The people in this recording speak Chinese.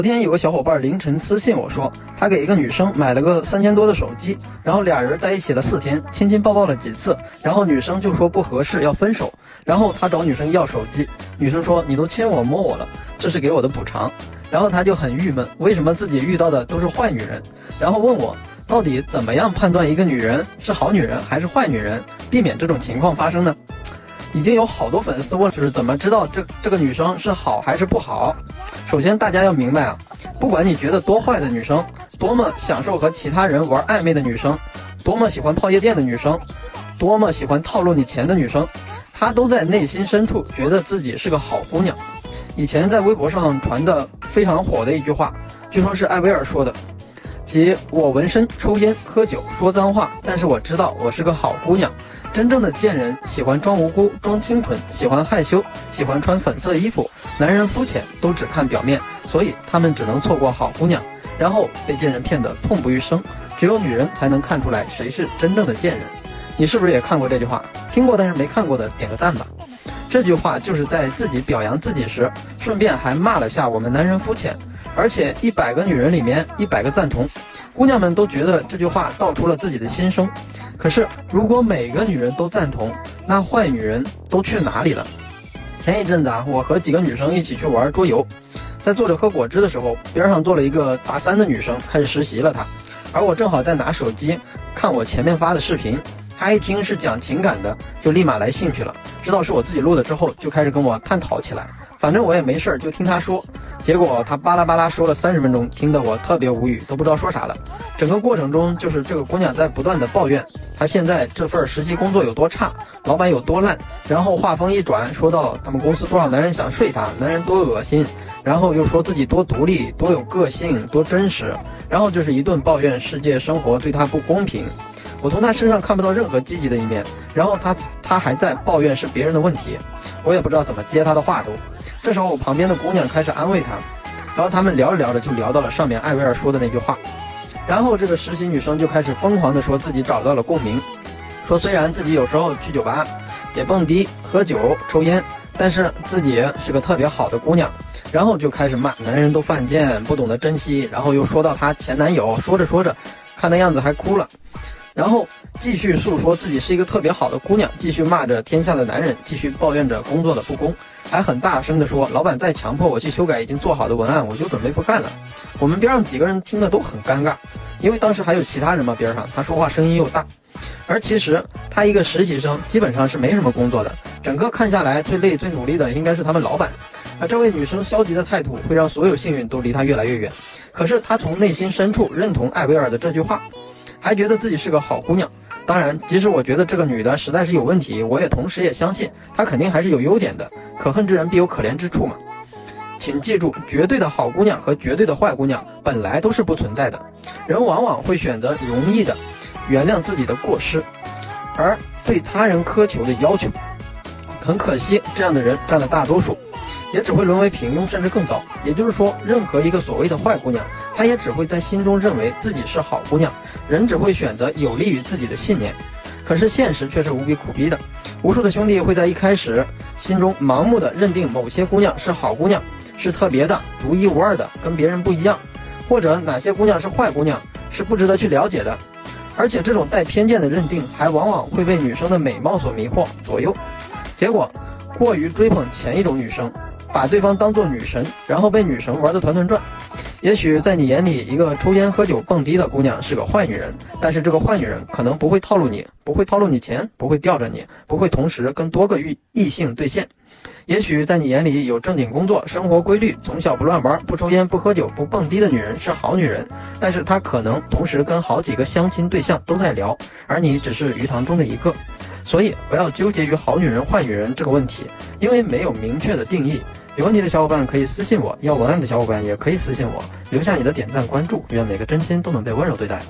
昨天有个小伙伴凌晨私信我说，他给一个女生买了个3000多的手机，然后俩人在一起了4天，亲亲抱抱了几次，然后女生就说不合适要分手，然后他找女生要手机，女生说你都亲我摸我了，这是给我的补偿。然后他就很郁闷，为什么自己遇到的都是坏女人，然后问我到底怎么样判断一个女人是好女人还是坏女人，避免这种情况发生呢？已经有好多粉丝问，就是怎么知道这个女生是好还是不好。首先大家要明白啊，不管你觉得多坏的女生，多么享受和其他人玩暧昧的女生，多么喜欢泡夜店的女生，多么喜欢套路你钱的女生，她都在内心深处觉得自己是个好姑娘。以前在微博上传的非常火的一句话，据说是艾薇儿说的，即我纹身、抽烟、喝酒、说脏话，但是我知道我是个好姑娘。真正的贱人喜欢装无辜、装清纯，喜欢害羞，喜欢穿粉色衣服。男人肤浅，都只看表面，所以他们只能错过好姑娘，然后被贱人骗得痛不欲生。只有女人才能看出来谁是真正的贱人。你是不是也看过这句话？听过但是没看过的点个赞吧。这句话就是在自己表扬自己时，顺便还骂了下我们男人肤浅，而且100个女人里面100个赞同。姑娘们都觉得这句话道出了自己的心声。可是如果每个女人都赞同，那坏女人都去哪里了？前一阵子啊，我和几个女生一起去玩桌游，在坐着喝果汁的时候，边上坐了一个大3的女生，开始实习了她，而我正好在拿手机看我前面发的视频，她一听是讲情感的，就立马来兴趣了，知道是我自己录的之后，就开始跟我探讨起来。反正我也没事就听她说，结果她巴拉巴拉说了30分钟，听得我特别无语，都不知道说啥了。整个过程中就是这个姑娘在不断的抱怨她现在这份实习工作有多差，老板有多烂，然后话锋一转说到他们公司多少男人想睡她，男人多恶心，然后又说自己多独立，多有个性，多真实，然后就是一顿抱怨世界生活对她不公平。我从她身上看不到任何积极的一面，然后她还在抱怨是别人的问题，我也不知道怎么接她的话都。这时候我旁边的姑娘开始安慰她，然后他们聊着聊着就聊到了上面艾薇儿说的那句话。然后这个实习女生就开始疯狂地说自己找到了共鸣，说虽然自己有时候去酒吧也蹦迪喝酒抽烟，但是自己是个特别好的姑娘。然后就开始骂男人都犯贱不懂得珍惜，然后又说到她前男友，说着说着看那样子还哭了，然后继续诉说自己是一个特别好的姑娘，继续骂着天下的男人，继续抱怨着工作的不公，还很大声地说老板再强迫我去修改已经做好的文案，我就准备不干了。我们边上几个人听得都很尴尬，因为当时还有其他人嘛，边上他说话声音又大，而其实他一个实习生基本上是没什么工作的，整个看下来最累最努力的应该是他们老板。而这位女生消极的态度会让所有幸运都离她越来越远，可是她从内心深处认同艾薇儿的这句话，还觉得自己是个好姑娘。当然即使我觉得这个女的实在是有问题，我也同时也相信她肯定还是有优点的，可恨之人必有可怜之处嘛。请记住，绝对的好姑娘和绝对的坏姑娘本来都是不存在的，人往往会选择容易的原谅自己的过失，而对他人苛求的要求。很可惜这样的人占了大多数，也只会沦为平庸甚至更糟。也就是说，任何一个所谓的坏姑娘，她也只会在心中认为自己是好姑娘，人只会选择有利于自己的信念。可是现实却是无比苦逼的，无数的兄弟会在一开始心中盲目的认定某些姑娘是好姑娘，是特别的独一无二的，跟别人不一样，或者哪些姑娘是坏姑娘，是不值得去了解的。而且这种带偏见的认定还往往会被女生的美貌所迷惑左右，结果过于追捧前一种女生，把对方当作女神，然后被女神玩得团团转。也许在你眼里一个抽烟喝酒蹦迪的姑娘是个坏女人，但是这个坏女人可能不会套路你，不会套路你钱，不会吊着你，不会同时跟多个异性对线。也许在你眼里有正经工作，生活规律，从小不乱玩，不抽烟不喝酒不蹦迪的女人是好女人，但是她可能同时跟好几个相亲对象都在聊，而你只是鱼塘中的一个。所以不要纠结于好女人坏女人这个问题，因为没有明确的定义。有问题的小伙伴可以私信我，要文案的小伙伴也可以私信我，留下你的点赞关注，愿每个真心都能被温柔对待。